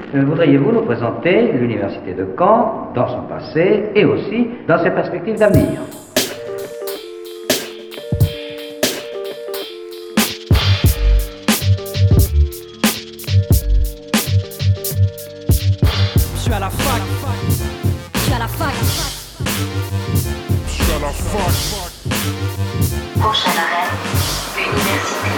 Voudriez-vous nous présenter l'université de Caen dans son passé et aussi dans ses perspectives d'avenir? Je suis à la fac. Je suis à la fac. Je suis à la fac. Prochain arrêt, l'université.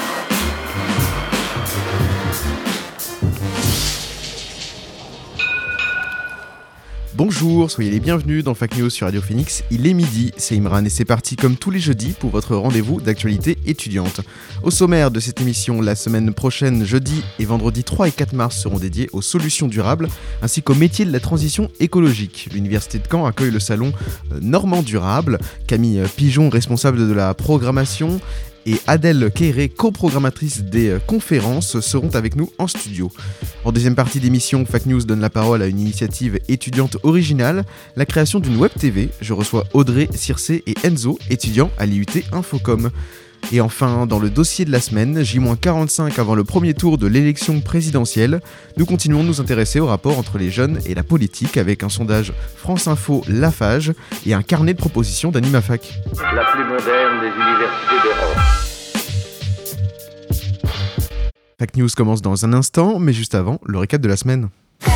Bonjour, soyez les bienvenus dans Fake News sur Radio Phoenix. Il est midi, c'est Imran et c'est parti comme tous les jeudis pour votre rendez-vous d'actualité étudiante. Au sommaire de cette émission, la semaine prochaine, jeudi et vendredi 3 et 4 mars seront dédiés aux solutions durables ainsi qu'aux métiers de la transition écologique. L'université de Caen accueille le salon Normand Durable. Camille Pigeon, responsable de la programmation, et Adèle Quéré, coprogrammatrice des conférences, seront avec nous en studio. En deuxième partie d'émission, Fake News donne la parole à une initiative étudiante originale, la création d'une web TV. Je reçois Audrey, Circé et Enzo, étudiants à l'IUT Infocom. Et enfin, dans le dossier de la semaine, J-45 avant le premier tour de l'élection présidentielle, nous continuons de nous intéresser au rapport entre les jeunes et la politique avec un sondage France Info Lafage et un carnet de propositions d'Animafac. La plus moderne des universités d'Europe. Fake News commence dans un instant, mais juste avant, le récap de la semaine.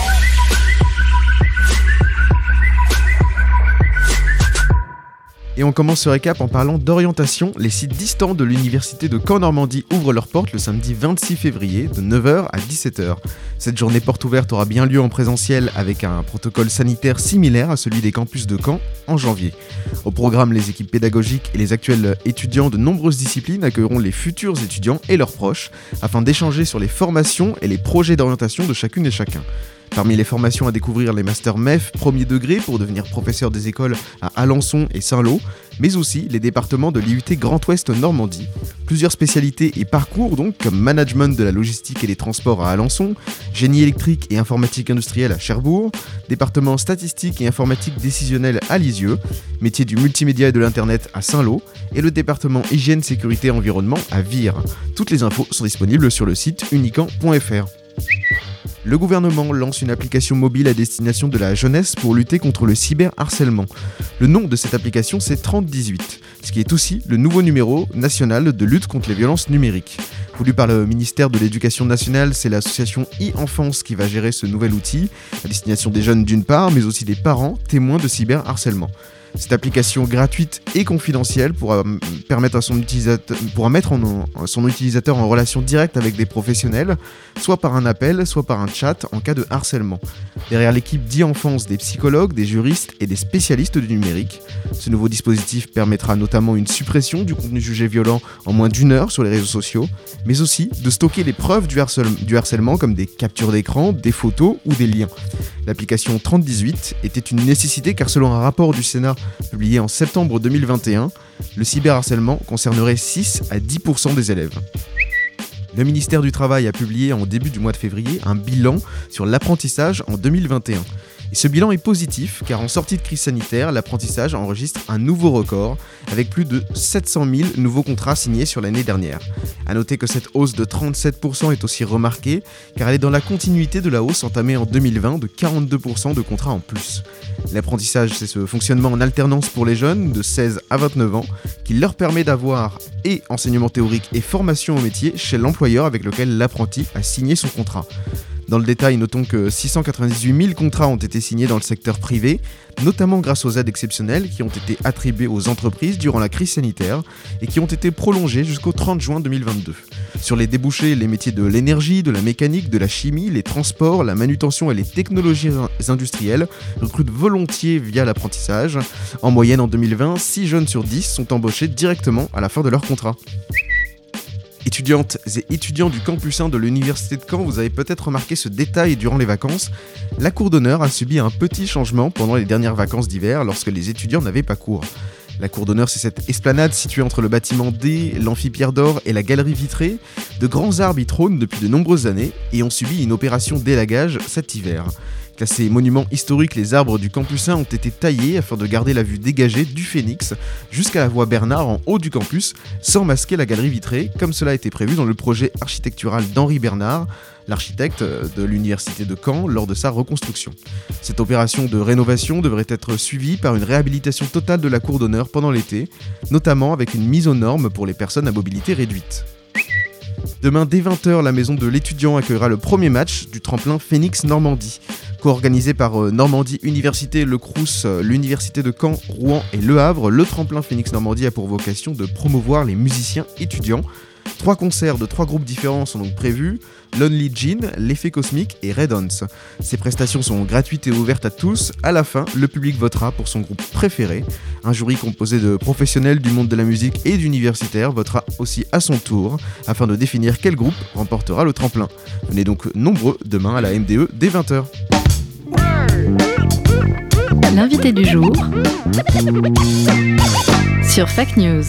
Et on commence ce récap en parlant d'orientation. Les sites distants de l'université de Caen-Normandie ouvrent leurs portes le samedi 26 février de 9h à 17h. Cette journée porte ouverte aura bien lieu en présentiel avec un protocole sanitaire similaire à celui des campus de Caen en janvier. Au programme, les équipes pédagogiques et les actuels étudiants de nombreuses disciplines accueilleront les futurs étudiants et leurs proches afin d'échanger sur les formations et les projets d'orientation de chacune et chacun. Parmi les formations à découvrir, les masters MEF premier degré pour devenir professeur des écoles à Alençon et Saint-Lô, mais aussi les départements de l'IUT Grand Ouest Normandie. Plusieurs spécialités et parcours donc, comme management de la logistique et des transports à Alençon, génie électrique et informatique industrielle à Cherbourg, département statistique et informatique décisionnelle à Lisieux, métier du multimédia et de l'internet à Saint-Lô, et le département hygiène, sécurité et environnement à Vire. Toutes les infos sont disponibles sur le site unican.fr. Le gouvernement lance une application mobile à destination de la jeunesse pour lutter contre le cyberharcèlement. Le nom de cette application, c'est 3018, ce qui est aussi le nouveau numéro national de lutte contre les violences numériques. Voulu par le ministère de l'Éducation nationale, c'est l'association e-Enfance qui va gérer ce nouvel outil, à destination des jeunes d'une part, mais aussi des parents témoins de cyberharcèlement. Cette application gratuite et confidentielle pourra mettre son utilisateur en relation directe avec des professionnels, soit par un appel, soit par un chat en cas de harcèlement. Derrière l'équipe d'e-Enfance, des psychologues, des juristes et des spécialistes du numérique. Ce nouveau dispositif permettra notamment une suppression du contenu jugé violent en moins d'1 heure sur les réseaux sociaux, mais aussi de stocker les preuves du harcèlement comme des captures d'écran, des photos ou des liens. L'application 3018 était une nécessité car selon un rapport du Sénat publié en septembre 2021, le cyberharcèlement concernerait 6 à 10% des élèves. Le ministère du Travail a publié en début du mois de février un bilan sur l'apprentissage en 2021. Et ce bilan est positif car en sortie de crise sanitaire, l'apprentissage enregistre un nouveau record avec plus de 700 000 nouveaux contrats signés sur l'année dernière. A noter que cette hausse de 37% est aussi remarquée car elle est dans la continuité de la hausse entamée en 2020 de 42% de contrats en plus. L'apprentissage, c'est ce fonctionnement en alternance pour les jeunes de 16 à 29 ans qui leur permet d'avoir et enseignement théorique et formation au métier chez l'employeur avec lequel l'apprenti a signé son contrat. Dans le détail, notons que 698 000 contrats ont été signés dans le secteur privé, notamment grâce aux aides exceptionnelles qui ont été attribuées aux entreprises durant la crise sanitaire et qui ont été prolongées jusqu'au 30 juin 2022. Sur les débouchés, les métiers de l'énergie, de la mécanique, de la chimie, les transports, la manutention et les technologies industrielles recrutent volontiers via l'apprentissage. En moyenne, en 2020, 6 jeunes sur 10 sont embauchés directement à la fin de leur contrat. Étudiantes et étudiants du campus 1 de l'université de Caen, vous avez peut-être remarqué ce détail durant les vacances. La cour d'honneur a subi un petit changement pendant les dernières vacances d'hiver lorsque les étudiants n'avaient pas cours. La cour d'honneur, c'est cette esplanade située entre le bâtiment D, l'amphipierre d'or et la galerie vitrée. De grands arbres y trônent depuis de nombreuses années et ont subi une opération d'élagage cet hiver. Classés monuments historiques, les arbres du campus 1 ont été taillés afin de garder la vue dégagée du Phénix jusqu'à la voie Bernard en haut du campus, sans masquer la galerie vitrée, comme cela a été prévu dans le projet architectural d'Henri Bernard, l'architecte de l'université de Caen, lors de sa reconstruction. Cette opération de rénovation devrait être suivie par une réhabilitation totale de la cour d'honneur pendant l'été, notamment avec une mise aux normes pour les personnes à mobilité réduite. Demain, dès 20h, la maison de l'étudiant accueillera le premier match du tremplin Phénix Normandie. Co-organisé par Normandie Université, le Crous, l'Université de Caen, Rouen et Le Havre, le tremplin Phénix Normandie a pour vocation de promouvoir les musiciens étudiants. 3 concerts de 3 groupes différents sont donc prévus, Lonely Jean, L'Effet Cosmique et Red Ons. Ces prestations sont gratuites et ouvertes à tous. À la fin, le public votera pour son groupe préféré. Un jury composé de professionnels du monde de la musique et d'universitaires votera aussi à son tour afin de définir quel groupe remportera le tremplin. Venez donc nombreux demain à la MDE dès 20h. L'invité du jour sur Fake News.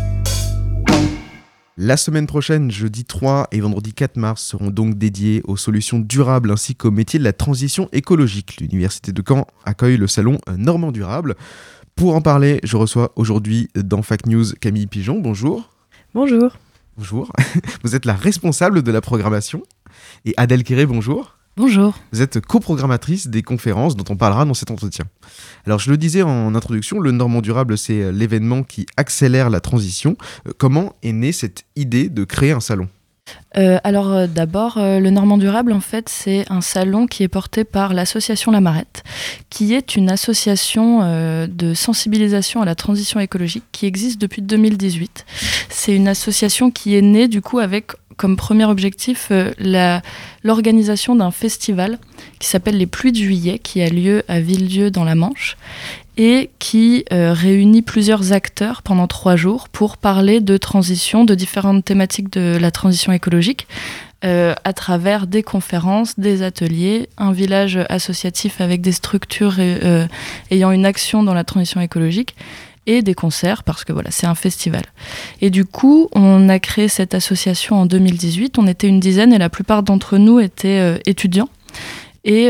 La semaine prochaine, jeudi 3 et vendredi 4 mars, seront donc dédiés aux solutions durables ainsi qu'aux métiers de la transition écologique. L'Université de Caen accueille le salon Normand Durable. Pour en parler, je reçois aujourd'hui dans Fake News Camille Pigeon. Bonjour. Bonjour. Bonjour. Vous êtes la responsable de la programmation. Et Adèle Quéré, bonjour. Bonjour. Vous êtes coprogrammatrice des conférences dont on parlera dans cet entretien. Alors je le disais en introduction, le Normand Durable, c'est l'événement qui accélère la transition. Comment est née cette idée de créer un salon ? D'abord, le Normand Durable, en fait, c'est un salon qui est porté par l'association La Marette, qui est une association de sensibilisation à la transition écologique qui existe depuis 2018. C'est une association qui est née du coup avec comme premier objectif l'organisation d'un festival qui s'appelle les Pluies de Juillet, qui a lieu à Villedieu dans la Manche et qui réunit plusieurs acteurs pendant 3 jours pour parler de transition, de différentes thématiques de la transition écologique à travers des conférences, des ateliers, un village associatif avec des structures ayant une action dans la transition écologique et des concerts, parce que voilà, c'est un festival. Et du coup, on a créé cette association en 2018, on était une dizaine et la plupart d'entre nous étaient étudiants. Et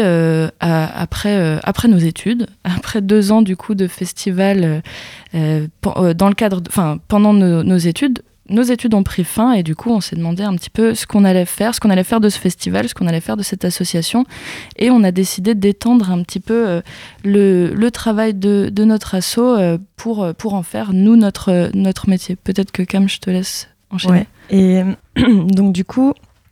après nos études, après 2 ans du coup de festival, dans le cadre, pendant nos études ont pris fin et du coup on s'est demandé un petit peu ce qu'on allait faire de ce festival, ce qu'on allait faire de cette association, et on a décidé d'étendre un petit peu le travail de notre asso pour en faire nous notre métier. Peut-être que Cam, je te laisse enchaîner. Ouais. Et donc du coup,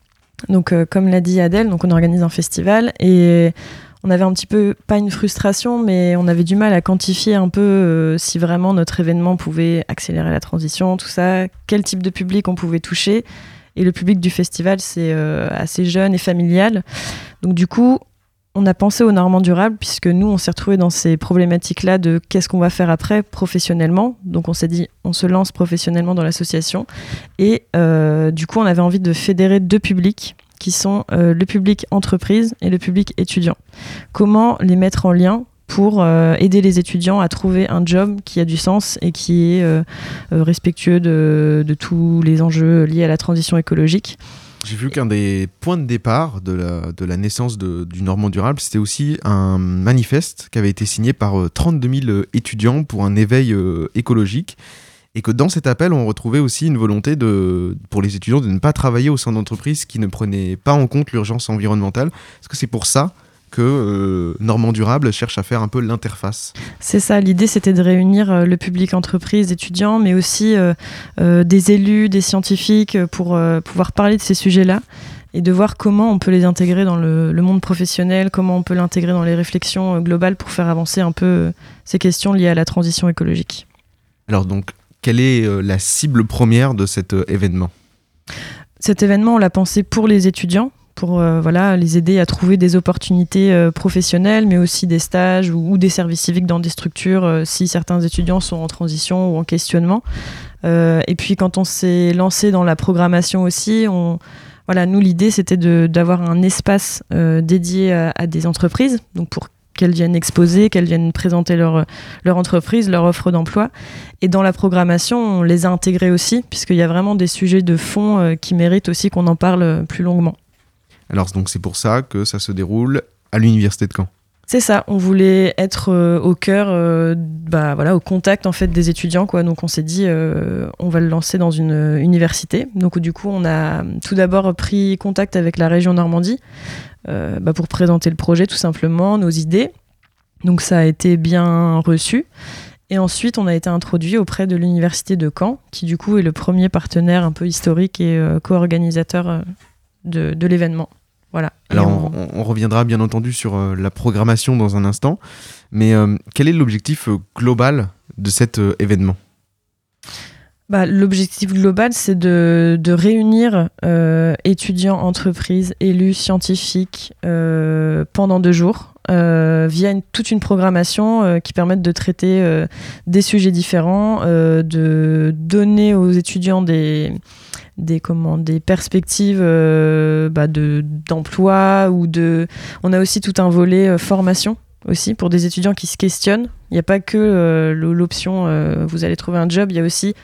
comme l'a dit Adèle, donc on organise un festival et on avait un petit peu, pas une frustration, mais on avait du mal à quantifier un peu si vraiment notre événement pouvait accélérer la transition, tout ça, quel type de public on pouvait toucher. Et le public du festival, c'est assez jeune et familial. Donc du coup, on a pensé au Normand Durable, puisque nous, on s'est retrouvés dans ces problématiques-là de qu'est-ce qu'on va faire après professionnellement. Donc on s'est dit, on se lance professionnellement dans l'association. Et du coup, on avait envie de fédérer 2 publics, qui sont le public entreprise et le public étudiant. Comment les mettre en lien pour aider les étudiants à trouver un job qui a du sens et qui est respectueux de tous les enjeux liés à la transition écologique. J'ai vu qu'un des points de départ de la naissance du Normand Durable, c'était aussi un manifeste qui avait été signé par 32 000 étudiants pour un éveil écologique. Et que dans cet appel, on retrouvait aussi une volonté pour les étudiants de ne pas travailler au sein d'entreprises qui ne prenaient pas en compte l'urgence environnementale. Est-ce que c'est pour ça que Normand Durable cherche à faire un peu l'interface ? C'est ça, l'idée c'était de réunir le public entreprise, étudiants, mais aussi des élus, des scientifiques pour pouvoir parler de ces sujets-là et de voir comment on peut les intégrer dans le monde professionnel, comment on peut l'intégrer dans les réflexions globales pour faire avancer un peu ces questions liées à la transition écologique. Alors donc, quelle est la cible première de cet événement ? Cet événement, on l'a pensé pour les étudiants, pour les aider à trouver des opportunités professionnelles, mais aussi des stages ou des services civiques dans des structures, si certains étudiants sont en transition ou en questionnement. Et puis quand on s'est lancé dans la programmation aussi, nous, l'idée, c'était d'avoir un espace dédié à des entreprises, donc pour qu'elles viennent exposer, qu'elles viennent présenter leur entreprise, leur offre d'emploi. Et dans la programmation, on les a intégrés aussi, puisqu'il y a vraiment des sujets de fond qui méritent aussi qu'on en parle plus longuement. Alors donc c'est pour ça que ça se déroule à l'Université de Caen. C'est ça, on voulait être au cœur, au contact en fait des étudiants, quoi. Donc on s'est dit, on va le lancer dans une université. Donc du coup, on a tout d'abord pris contact avec la région Normandie pour présenter le projet tout simplement, nos idées. Donc ça a été bien reçu. Et ensuite, on a été introduit auprès de l'université de Caen, qui du coup est le premier partenaire un peu historique et co-organisateur de l'événement. Voilà. Alors, on reviendra bien entendu sur la programmation dans un instant, mais quel est l'objectif global de cet événement ? L'objectif global, c'est de réunir étudiants, entreprises, élus, scientifiques pendant 2 jours via toute une programmation qui permette de traiter des sujets différents, de donner aux étudiants des perspectives d'emploi on a aussi tout un volet formation aussi pour des étudiants qui se questionnent. Il n'y a pas que l'option vous allez trouver un job, il y a aussi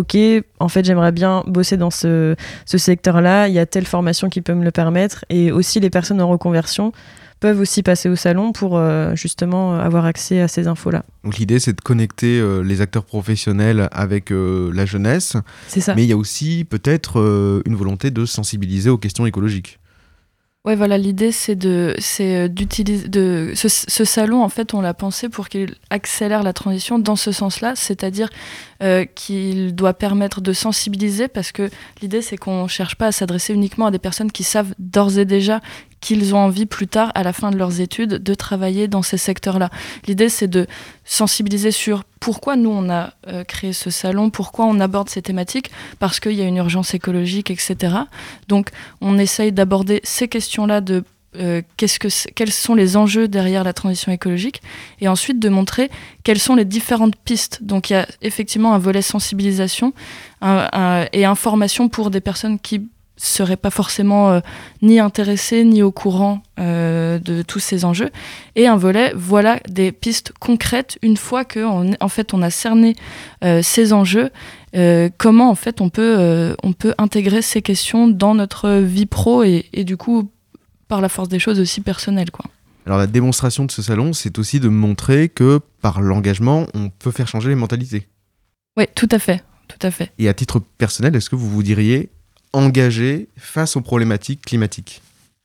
en fait j'aimerais bien bosser dans ce secteur-là, il y a telle formation qui peut me le permettre, et aussi les personnes en reconversion peuvent aussi passer au salon pour justement avoir accès à ces infos-là. Donc l'idée, c'est de connecter les acteurs professionnels avec la jeunesse. C'est ça. Mais il y a aussi peut-être une volonté de sensibiliser aux questions écologiques. Ouais, voilà, l'idée c'est d'utiliser ce salon, en fait, on l'a pensé pour qu'il accélère la transition dans ce sens-là, c'est-à-dire qu'il doit permettre de sensibiliser, parce que l'idée c'est qu'on ne cherche pas à s'adresser uniquement à des personnes qui savent d'ores et déjà qu'ils ont envie plus tard, à la fin de leurs études, de travailler dans ces secteurs-là. L'idée, c'est de sensibiliser sur pourquoi nous, on a créé ce salon, pourquoi on aborde ces thématiques, parce qu'il y a une urgence écologique, etc. Donc, on essaye d'aborder ces questions-là de quels sont les enjeux derrière la transition écologique, et ensuite de montrer quelles sont les différentes pistes. Donc, il y a effectivement un volet sensibilisation et information pour des personnes qui seraient pas forcément ni intéressés ni au courant de tous ces enjeux, et un volet, voilà, des pistes concrètes une fois qu'on on a cerné ces enjeux, comment en fait on peut intégrer ces questions dans notre vie pro et du coup par la force des choses aussi personnelles, quoi. Alors la démonstration de ce salon, c'est aussi de montrer que par l'engagement, on peut faire changer les mentalités. Oui, tout à fait, tout à fait. Et à titre personnel, est-ce que vous diriez engagé face aux problématiques climatiques ?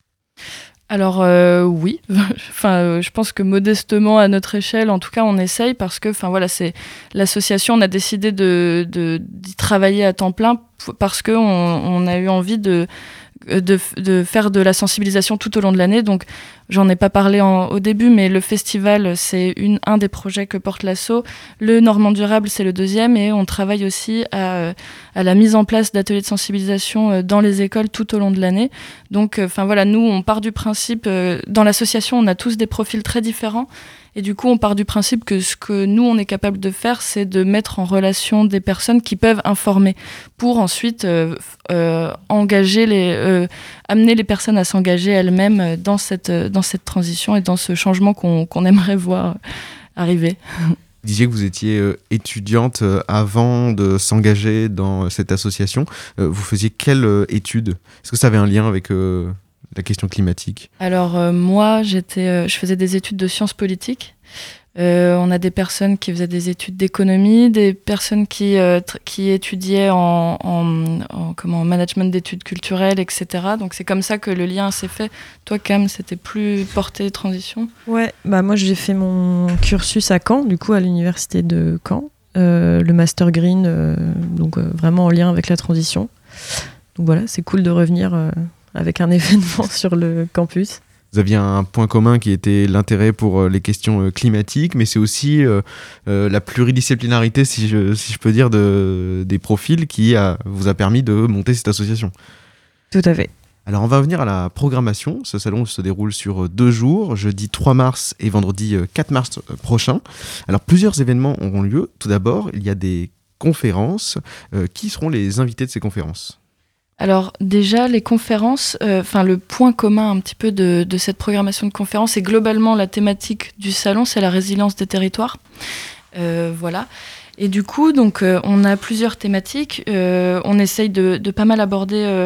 Alors oui, je pense que modestement à notre échelle, en tout cas, on essaye, parce que c'est l'association, on a décidé d'y travailler à temps plein parce que on a eu envie de faire de la sensibilisation tout au long de l'année. Donc j'en ai pas parlé au début, mais le festival, c'est un des projets que porte l'asso. Le Normand Durable, c'est le deuxième, et on travaille aussi à la mise en place d'ateliers de sensibilisation dans les écoles tout au long de l'année. Donc nous, on part du principe, dans l'association, on a tous des profils très différents, et du coup, on part du principe que ce que nous, on est capable de faire, c'est de mettre en relation des personnes qui peuvent informer, pour ensuite amener les personnes à s'engager elles-mêmes dans cette transition et dans ce changement qu'on aimerait voir arriver. Vous disiez que vous étiez étudiante avant de s'engager dans cette association. Vous faisiez quelle étude ? Est-ce que ça avait un lien avec la question climatique ? Alors moi, je faisais des études de sciences politiques. On a des personnes qui faisaient des études d'économie, des personnes qui étudiaient en management d'études culturelles, etc. Donc c'est comme ça que le lien s'est fait. Toi, Cam, c'était plus porté transition ? Ouais, moi j'ai fait mon cursus à Caen, du coup à l'université de Caen, le Master Green, vraiment en lien avec la transition. Donc voilà, c'est cool de revenir avec un événement sur le campus. Vous aviez un point commun qui était l'intérêt pour les questions climatiques, mais c'est aussi la pluridisciplinarité, si je peux dire, des profils qui vous a permis de monter cette association. Tout à fait. Alors on va revenir à la programmation. Ce salon se déroule sur 2 jours, jeudi 3 mars et vendredi 4 mars prochain. Alors plusieurs événements auront lieu. Tout d'abord, il y a des conférences. Qui seront les invités de ces conférences ? Alors déjà, les conférences, le point commun un petit peu de cette programmation de conférences, et globalement la thématique du salon, c'est la résilience des territoires. Voilà. Et du coup, on a plusieurs thématiques. On essaye de pas mal aborder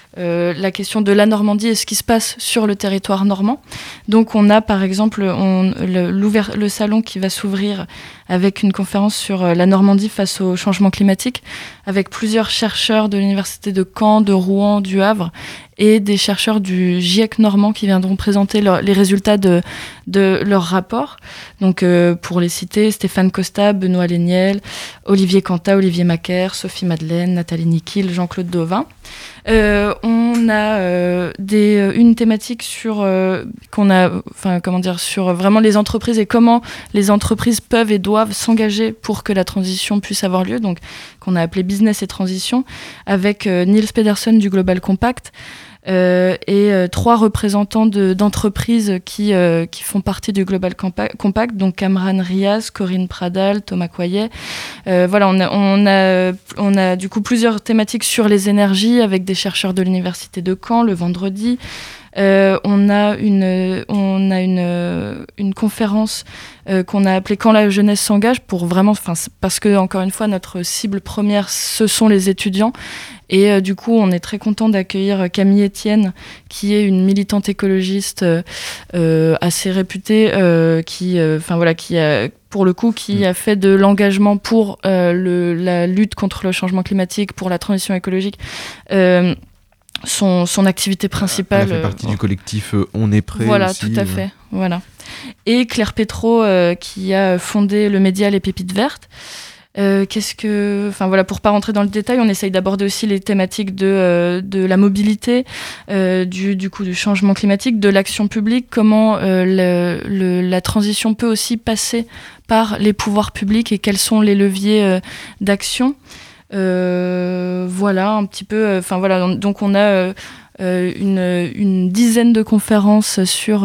la question de la Normandie et ce qui se passe sur le territoire normand. Donc on a par exemple le salon qui va s'ouvrir avec une conférence sur la Normandie face au changement climatique, avec plusieurs chercheurs de l'université de Caen, de Rouen, du Havre, et des chercheurs du GIEC normand qui viendront présenter les résultats de leur rapport. Donc pour les citer, Stéphane Costa, Benoît Léniel, Olivier Cantat, Olivier Macaire, Sophie Madeleine, Nathalie Niquil, Jean-Claude Dauvin. On a une thématique sur sur vraiment les entreprises et comment les entreprises peuvent et doivent s'engager pour que la transition puisse avoir lieu, donc qu'on a appelé Business et Transition, avec Niels Pedersen du Global Compact. Et 3 représentants d'entreprises qui font partie du Global Compact, donc Kamran Riaz, Corinne Pradal, Thomas Coyet. On a du coup plusieurs thématiques sur les énergies avec des chercheurs de l'université de Caen le vendredi. On a une conférence qu'on a appelée Quand la jeunesse s'engage, pour vraiment, parce que encore une fois notre cible première ce sont les étudiants. Et du coup, on est très content d'accueillir Camille Etienne, qui est une militante écologiste assez réputée, qui a fait de l'engagement pour la lutte contre le changement climatique, pour la transition écologique, son activité principale. Elle fait partie du collectif On est prêt. Voilà, aussi, tout à fait. Voilà. Et Claire Pétraud, qui a fondé le média Les Pépites Vertes. Pour pas rentrer dans le détail, on essaye d'aborder aussi les thématiques de la mobilité, du changement climatique, de l'action publique, comment la transition peut aussi passer par les pouvoirs publics et quels sont les leviers d'action. Voilà un petit peu. Donc on a une dizaine de conférences sur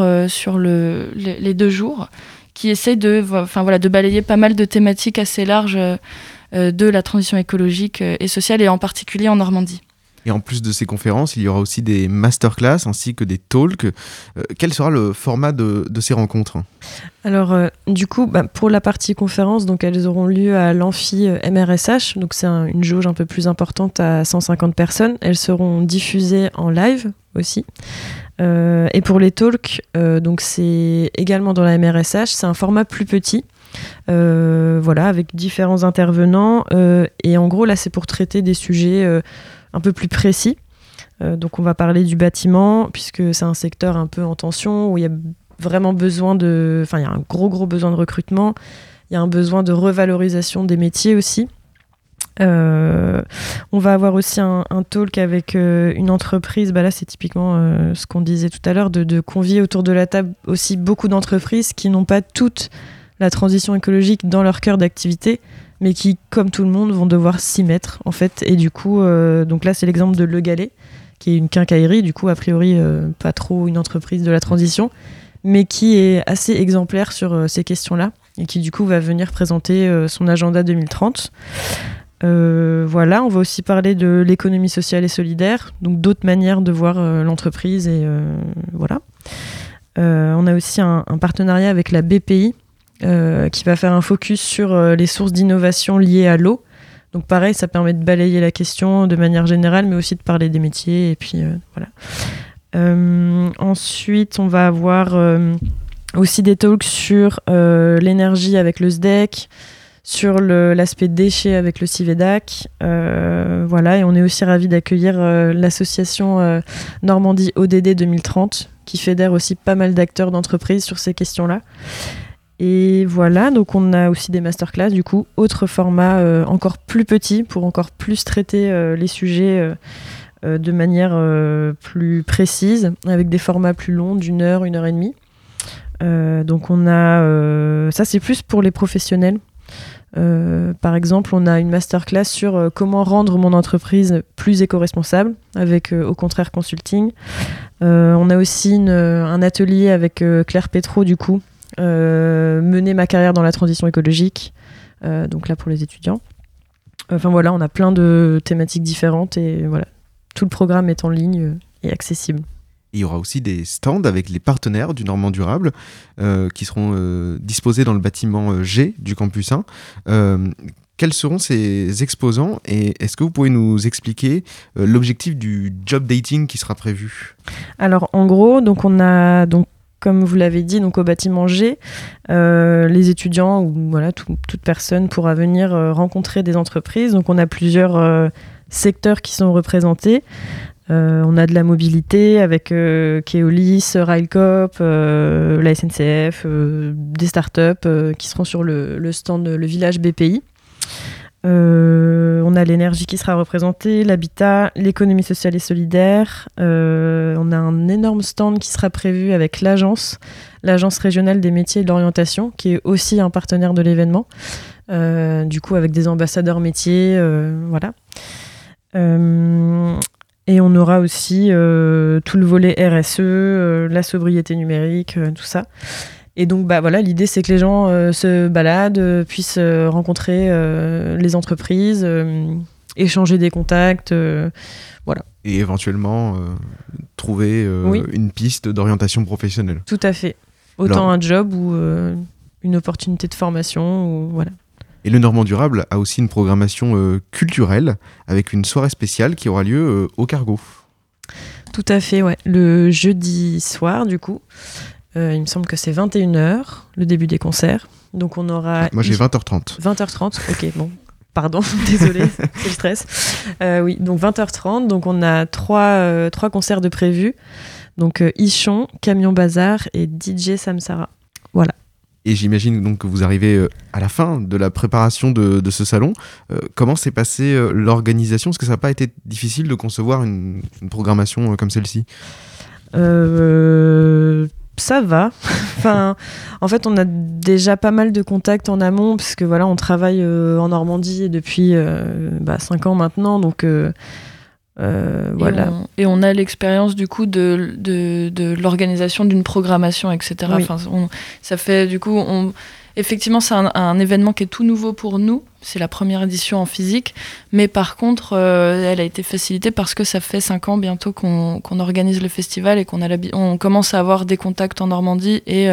les 2 jours, qui essaye de balayer pas mal de thématiques assez larges de la transition écologique et sociale, et en particulier en Normandie. Et en plus de ces conférences, il y aura aussi des masterclass ainsi que des talks. Quel sera le format de ces rencontres ? Alors, du coup, pour la partie conférence, donc elles auront lieu à l'amphi MRSH. Donc, c'est une jauge un peu plus importante à 150 personnes. Elles seront diffusées en live aussi. Et pour les talks, donc c'est également dans la MRSH. C'est un format plus petit. Avec différents intervenants. Et en gros, là, c'est pour traiter des sujets un peu plus précis. Donc on va parler du bâtiment, puisque c'est un secteur un peu en tension, où il y a vraiment besoin il y a un gros besoin de recrutement, il y a un besoin de revalorisation des métiers aussi. On va avoir aussi un talk avec une entreprise, là c'est typiquement ce qu'on disait tout à l'heure, de convier autour de la table aussi beaucoup d'entreprises qui n'ont pas toute la transition écologique dans leur cœur d'activité, mais qui, comme tout le monde, vont devoir s'y mettre, en fait. Et du coup, donc là, c'est l'exemple de Le Galet, qui est une quincaillerie, du coup, a priori, pas trop une entreprise de la transition, mais qui est assez exemplaire sur ces questions-là, et qui, du coup, va venir présenter son agenda 2030. On va aussi parler de l'économie sociale et solidaire, donc d'autres manières de voir l'entreprise, et voilà. On a aussi un partenariat avec la BPI, qui va faire un focus sur les sources d'innovation liées à l'eau. Donc pareil, ça permet de balayer la question de manière générale, mais aussi de parler des métiers. Et puis voilà. Ensuite, on va avoir aussi des talks sur l'énergie avec le SDEC, sur l'aspect déchets avec le CIVEDAC. Et on est aussi ravis d'accueillir l'association Normandie ODD 2030, qui fédère aussi pas mal d'acteurs d'entreprises sur ces questions-là. Et voilà, donc on a aussi des masterclass, du coup, autre format encore plus petit pour encore plus traiter les sujets de manière plus précise, avec des formats plus longs, d'1 heure, 1 heure et demie. Donc on a, ça c'est plus pour les professionnels. Par exemple, on a une masterclass sur comment rendre mon entreprise plus éco-responsable avec Au Contraire Consulting. On a aussi un atelier avec Claire Pétraud, du coup, mener ma carrière dans la transition écologique, donc là pour les étudiants. On a plein de thématiques différentes et voilà, tout le programme est en ligne et accessible. Et il y aura aussi des stands avec les partenaires du Normand Durable qui seront disposés dans le bâtiment G du campus 1. Quels seront ces exposants et est-ce que vous pouvez nous expliquer l'objectif du job dating qui sera prévu ? Alors en gros, donc on a comme vous l'avez dit, donc au bâtiment G, les étudiants ou voilà, toute personne pourra venir rencontrer des entreprises. Donc on a plusieurs secteurs qui sont représentés. On a de la mobilité avec Keolis, Railcoop, la SNCF, des startups qui seront sur le stand Le Village BPI. On a l'énergie qui sera représentée, l'habitat, l'économie sociale et solidaire. On a un énorme stand qui sera prévu avec l'agence régionale des métiers et de l'orientation, qui est aussi un partenaire de l'événement. Du coup, avec des ambassadeurs métiers, voilà. Et on aura aussi tout le volet RSE, la sobriété numérique, tout ça. Et donc, voilà, l'idée, c'est que les gens se baladent, puissent rencontrer les entreprises, échanger des contacts, voilà. Et éventuellement trouver une piste d'orientation professionnelle. Tout à fait. Autant un job ou une opportunité de formation, ou voilà. Et le Normand Durable a aussi une programmation culturelle avec une soirée spéciale qui aura lieu au Cargo. Tout à fait, ouais. Le jeudi soir, du coup. Il me semble que c'est 21h, le début des concerts. Donc on aura... Moi j'ai 20h30. 20h30, ok, bon. Pardon, désolé, c'est le stress. Oui, donc 20h30, donc on a trois concerts de prévus. Donc Ichon, Camion Bazar et DJ Samsara. Voilà. Et j'imagine donc que vous arrivez à la fin de la préparation de ce salon. Comment s'est passée l'organisation ? Est-ce que ça n'a pas été difficile de concevoir une programmation comme celle-ci ? Ça va. Enfin, en fait, on a déjà pas mal de contacts en amont, parce que voilà, on travaille en Normandie depuis 5 ans maintenant, donc voilà. Et on a l'expérience du coup de l'organisation d'une programmation, etc. Oui. Enfin, ça fait du coup, effectivement, c'est un événement qui est tout nouveau pour nous. C'est la première édition en physique, mais par contre, elle a été facilitée parce que ça fait 5 ans bientôt qu'on organise le festival et on commence à avoir des contacts en Normandie et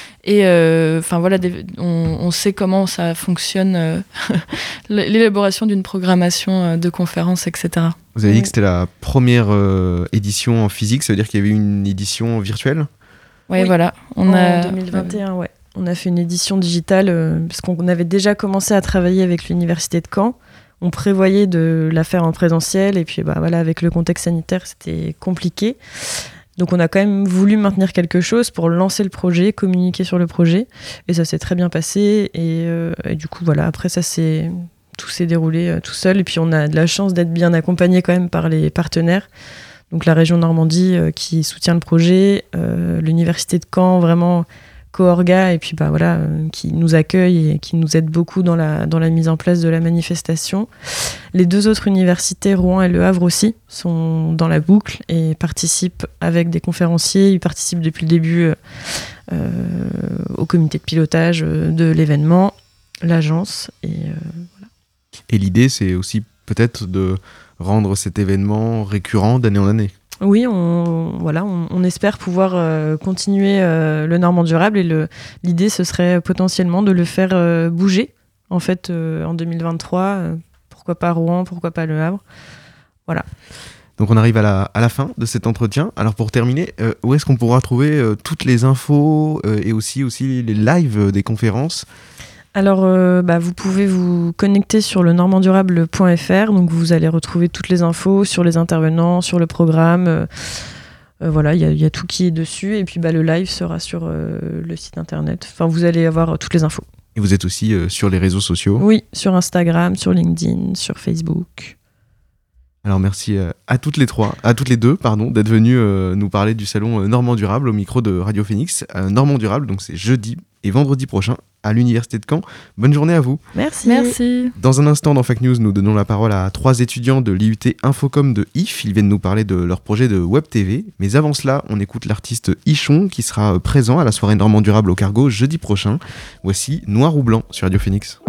voilà, on sait comment ça fonctionne, l'élaboration d'une programmation de conférences, etc. Vous avez dit que c'était la première édition en physique, ça veut dire qu'il y avait une édition virtuelle ? Oui, voilà. En 2021, ouais. On a fait une édition digitale parce qu'on avait déjà commencé à travailler avec l'université de Caen. On prévoyait de la faire en présentiel et puis voilà, avec le contexte sanitaire, c'était compliqué. Donc on a quand même voulu maintenir quelque chose pour lancer le projet, communiquer sur le projet, et ça s'est très bien passé. Et du coup, voilà, après tout s'est déroulé tout seul. Et puis on a de la chance d'être bien accompagné quand même par les partenaires. Donc la région Normandie qui soutient le projet, l'université de Caen vraiment co-orga, et puis voilà, qui nous accueille et qui nous aide beaucoup dans la mise en place de la manifestation. Les 2 autres universités, Rouen et Le Havre aussi, sont dans la boucle et participent avec des conférenciers. Ils participent depuis le début au comité de pilotage de l'événement, l'agence. Et voilà. Et l'idée, c'est aussi peut-être de rendre cet événement récurrent d'année en année. Oui, on espère pouvoir continuer le Normand Durable, et l'idée, ce serait potentiellement de le faire bouger, en fait, en 2023. Pourquoi pas Rouen, pourquoi pas Le Havre. Voilà. Donc on arrive à la fin de cet entretien. Alors pour terminer, où est-ce qu'on pourra trouver toutes les infos et aussi les lives des conférences ? Alors, vous pouvez vous connecter sur le normanddurable.fr, donc vous allez retrouver toutes les infos sur les intervenants, sur le programme. Voilà, il y a tout qui est dessus, et puis le live sera sur le site internet. Enfin, vous allez avoir toutes les infos. Et vous êtes aussi sur les réseaux sociaux ? Oui, sur Instagram, sur LinkedIn, sur Facebook. Alors merci à toutes les deux, d'être venues nous parler du salon Normand Durable au micro de Radio Phoenix. Normand Durable, donc c'est jeudi et vendredi prochain à l'université de Caen. Bonne journée à vous. Merci. Dans un instant dans Fake News, nous donnons la parole à 3 étudiants de l'IUT Infocom de IF. Ils viennent nous parler de leur projet de Web TV. Mais avant cela, on écoute l'artiste Ichon qui sera présent à la soirée Normand Durable au Cargo jeudi prochain. Voici Noir ou Blanc sur Radio Phoenix.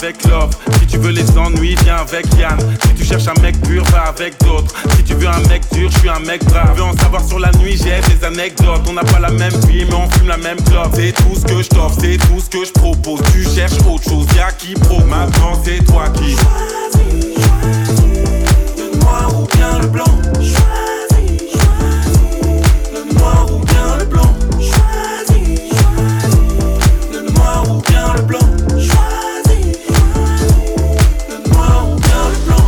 avec Love. Si tu veux les ennuis, viens avec Yann. Si tu cherches un mec pur, va avec d'autres. Si tu veux un mec dur, je suis un mec brave. Tu veux en savoir sur la nuit, j'ai des anecdotes. On n'a pas la même vie, mais on fume la même clope. C'est tout ce que je t'offre, c'est tout ce que je propose. Tu cherches autre chose, y'a qui propose. Maintenant c'est toi qui choisis, le noir ou bien le blanc. Choisis, le noir ou bien le blanc. Choisis, le noir ou bien le blanc. Choisis, le noir ou bien le blanc.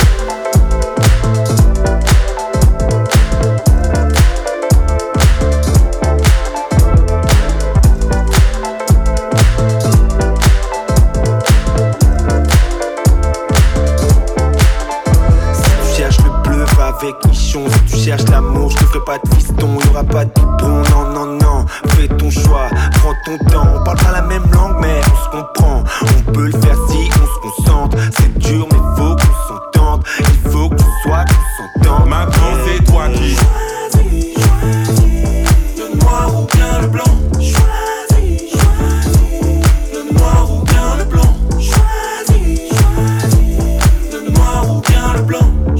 Avec Michon, si tu cherches l'amour, je te ferai pas de fiston, y'aura pas de biberon, non, non, non. Fais ton choix, prends ton temps. On parle pas la même langue, mais on se comprend. On peut le faire si on se concentre. C'est dur, mais faut qu'on s'entende. Il faut que tu sois qu'on s'entende. Maintenant, c'est toi qui choisis, le noir ou bien le blanc. Choisis, le noir ou bien le blanc. Choisis, le noir ou bien le blanc.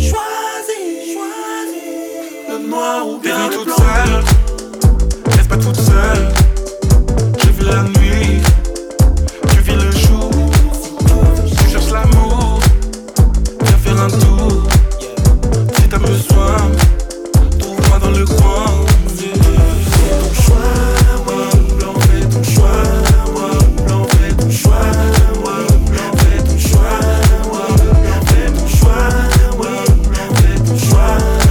Noir ou bien le blanc. Seule, reste pas toute seule. Je vis la nuit, tu vis le jour. Tu cherches l'amour, viens faire un tour. Si t'as besoin, trouve-moi dans le coin. Fais ton choix, noir ou blanc. Fais ton choix, noir ou blanc. Fais ton choix, noir ou blanc. Fais ton choix, noir ou blanc. Fais ton choix, noir ou blanc. Fais ton choix.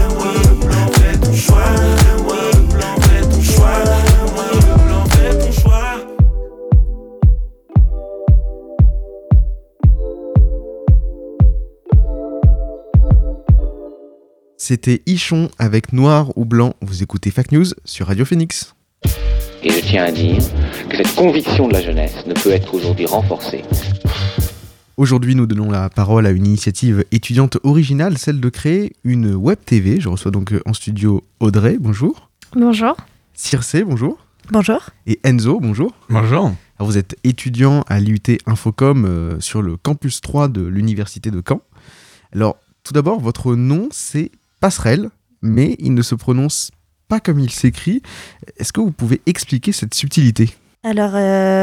C'était Ichon avec Noir ou Blanc. Vous écoutez Fake News sur Radio Phoenix. Et je tiens à dire que cette conviction de la jeunesse ne peut être aujourd'hui renforcée. Aujourd'hui, nous donnons la parole à une initiative étudiante originale, celle de créer une web TV. Je reçois donc en studio Audrey, bonjour. Bonjour. Circe, bonjour. Bonjour. Et Enzo, bonjour. Bonjour. Alors, vous êtes étudiant à l'IUT Infocom sur le campus 3 de l'université de Caen. Alors, tout d'abord, votre nom, c'est Passerelle, mais il ne se prononce pas comme il s'écrit. Est-ce que vous pouvez expliquer cette subtilité ? Alors,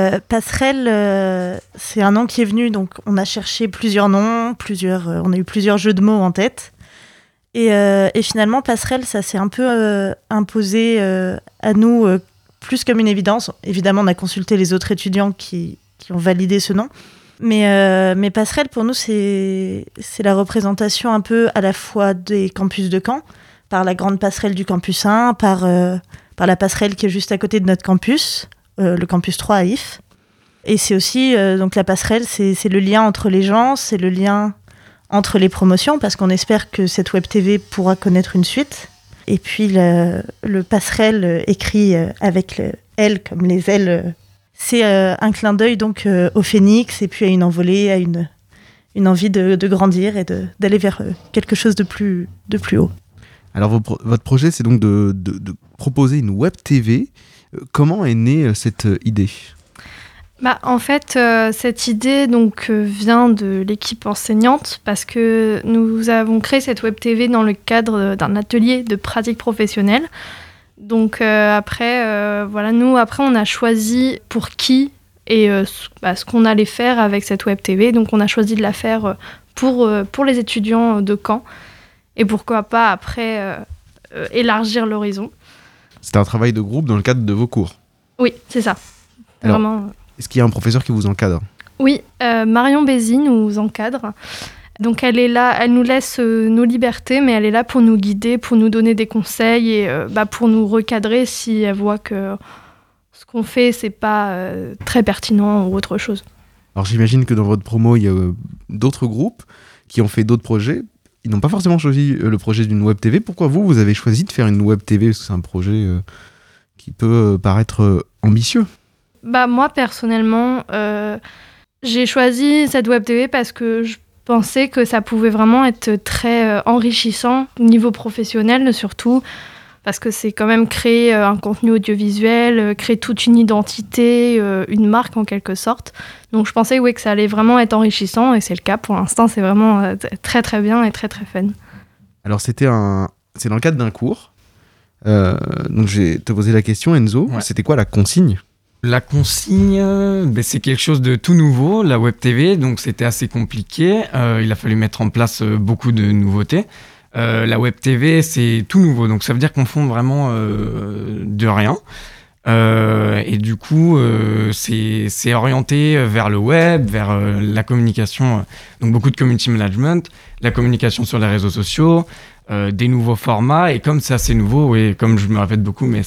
Passerelle, c'est un nom qui est venu, donc on a cherché plusieurs noms, on a eu plusieurs jeux de mots en tête. Et finalement, Passerelle, ça s'est un peu imposé à nous plus comme une évidence. Évidemment, on a consulté les autres étudiants qui ont validé ce nom. Mais Passerelle, pour nous, c'est la représentation un peu à la fois des campus de Caen, par la grande passerelle du campus 1, par la passerelle qui est juste à côté de notre campus, le campus 3 à If. Et c'est aussi, donc la passerelle, c'est le lien entre les gens, c'est le lien entre les promotions, parce qu'on espère que cette web TV pourra connaître une suite. Et puis le passerelle écrit avec le L comme les ailes. C'est un clin d'œil donc au phénix et puis à une envolée, à une envie de grandir et d'aller vers quelque chose de plus haut. Alors votre projet, c'est donc de proposer une web TV. Comment est née cette idée ? En fait, cette idée donc, vient de l'équipe enseignante parce que nous avons créé cette web TV dans le cadre d'un atelier de pratique professionnelle. Donc après, on a choisi pour qui et ce qu'on allait faire avec cette web TV. Donc on a choisi de la faire pour les étudiants de Caen et pourquoi pas après élargir l'horizon. C'était un travail de groupe dans le cadre de vos cours ? Oui, c'est ça. Alors, vraiment. Est-ce qu'il y a un professeur qui vous encadre ? Oui, Marion Bézy nous encadre. Donc elle est là, elle nous laisse nos libertés, mais elle est là pour nous guider, pour nous donner des conseils et pour nous recadrer si elle voit que ce qu'on fait, c'est pas très pertinent ou autre chose. Alors j'imagine que dans votre promo, il y a d'autres groupes qui ont fait d'autres projets. Ils n'ont pas forcément choisi le projet d'une web TV. Pourquoi vous avez choisi de faire une web TV ? Parce que c'est un projet qui peut paraître ambitieux. Moi, personnellement, j'ai choisi cette web TV parce que je pensais que ça pouvait vraiment être très enrichissant au niveau professionnel, surtout parce que c'est quand même créer un contenu audiovisuel, créer toute une identité, une marque en quelque sorte. Donc je pensais que ça allait vraiment être enrichissant, et c'est le cas pour l'instant. C'est vraiment très très bien et très très fun. Alors c'est dans le cadre d'un cours. Donc je vais te poser la question, Enzo. Ouais. C'était quoi la consigne ? La consigne, c'est quelque chose de tout nouveau, la Web TV, donc c'était assez compliqué. Il a fallu mettre en place beaucoup de nouveautés. La Web TV, c'est tout nouveau, donc ça veut dire qu'on fonde vraiment de rien. Et du coup, c'est orienté vers le web, vers la communication, donc beaucoup de community management, la communication sur les réseaux sociaux, des nouveaux formats. Et comme c'est assez nouveau, et comme je me répète beaucoup, mais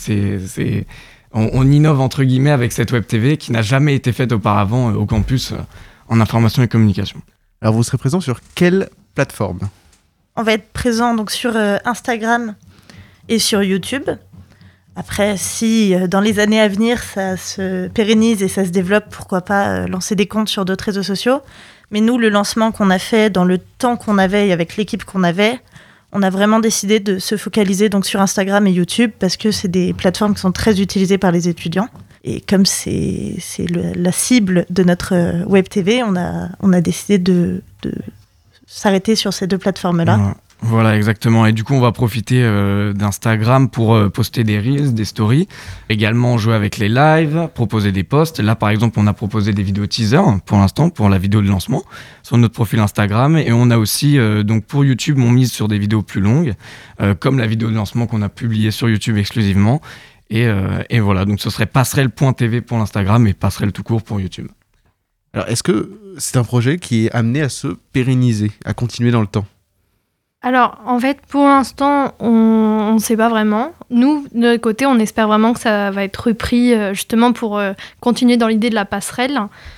on innove entre guillemets avec cette Web TV qui n'a jamais été faite auparavant au campus en information et communication. Alors vous serez présent sur quelle plateforme ? On va être présent donc sur Instagram et sur YouTube. Après, si dans les années à venir ça se pérennise et ça se développe, pourquoi pas lancer des comptes sur d'autres réseaux sociaux. Mais nous, le lancement qu'on a fait dans le temps qu'on avait et avec l'équipe qu'on avait, on a vraiment décidé de se focaliser donc sur Instagram et YouTube parce que c'est des plateformes qui sont très utilisées par les étudiants. Et comme c'est la cible de notre Web TV, on a décidé de s'arrêter sur ces deux plateformes-là. Ouais. Voilà, exactement. Et du coup, on va profiter d'Instagram pour poster des reels, des stories. Également, jouer avec les lives, proposer des posts. Là, par exemple, on a proposé des vidéos teaser pour l'instant, pour la vidéo de lancement, sur notre profil Instagram. Et on a aussi, donc pour YouTube, on mise sur des vidéos plus longues, comme la vidéo de lancement qu'on a publiée sur YouTube exclusivement. Et voilà, donc ce serait passerelle.tv pour l'Instagram et passerelle tout court pour YouTube. Alors, est-ce que c'est un projet qui est amené à se pérenniser, à continuer dans le temps ? Alors, en fait, pour l'instant, on ne sait pas vraiment. Nous, de notre côté, on espère vraiment que ça va être repris justement pour continuer dans l'idée de la passerelle,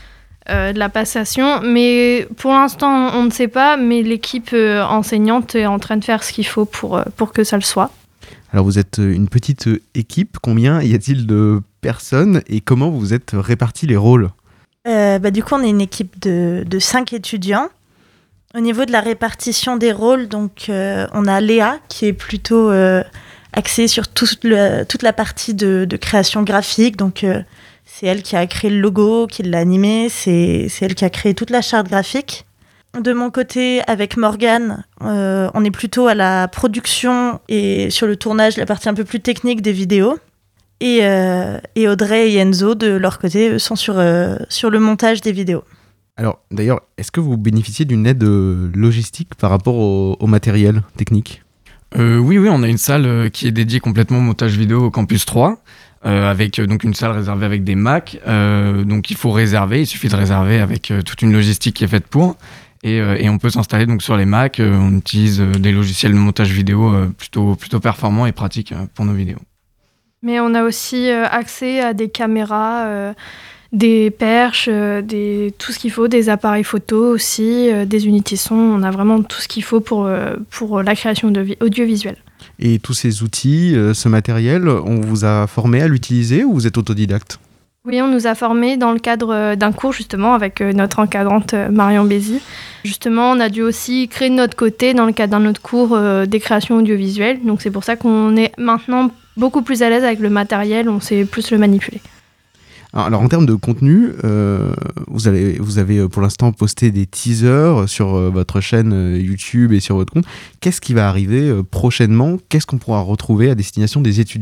de la passation. Mais pour l'instant, on ne sait pas, mais l'équipe enseignante est en train de faire ce qu'il faut pour que ça le soit. Alors, vous êtes une petite équipe. Combien y a-t-il de personnes et comment vous êtes répartis les rôles ? Du coup, on est une équipe de 5 étudiants. Au niveau de la répartition des rôles, donc, on a Léa qui est plutôt axée sur toute la partie de création graphique. Donc, c'est elle qui a créé le logo, qui l'a animé. C'est elle qui a créé toute la charte graphique. De mon côté, avec Morgane, on est plutôt à la production et sur le tournage, la partie un peu plus technique des vidéos. Et Audrey et Enzo, de leur côté, eux, sont sur le montage des vidéos. Alors, d'ailleurs, est-ce que vous bénéficiez d'une aide logistique par rapport au matériel technique ? Oui, on a une salle qui est dédiée complètement au montage vidéo au Campus 3, avec donc une salle réservée avec des Macs. Donc il faut réserver, il suffit de réserver avec toute une logistique qui est faite pour. Et on peut s'installer donc sur les Macs. On utilise des logiciels de montage vidéo plutôt performants et pratiques pour nos vidéos. Mais on a aussi accès à des caméras, des perches, tout ce qu'il faut, des appareils photo aussi, des unités son. On a vraiment tout ce qu'il faut pour la création audiovisuelle. Et tous ces outils, ce matériel, on vous a formé à l'utiliser ou vous êtes autodidacte ? Oui, on nous a formés dans le cadre d'un cours justement avec notre encadrante Marion Bézy. Justement, on a dû aussi créer de notre côté dans le cadre d'un autre cours des créations audiovisuelles. Donc c'est pour ça qu'on est maintenant beaucoup plus à l'aise avec le matériel, on sait plus le manipuler. Alors en termes de contenu, vous avez pour l'instant posté des teasers sur votre chaîne YouTube et sur votre compte. Qu'est-ce qui va arriver prochainement ? Qu'est-ce qu'on pourra retrouver à destination des étudiants ?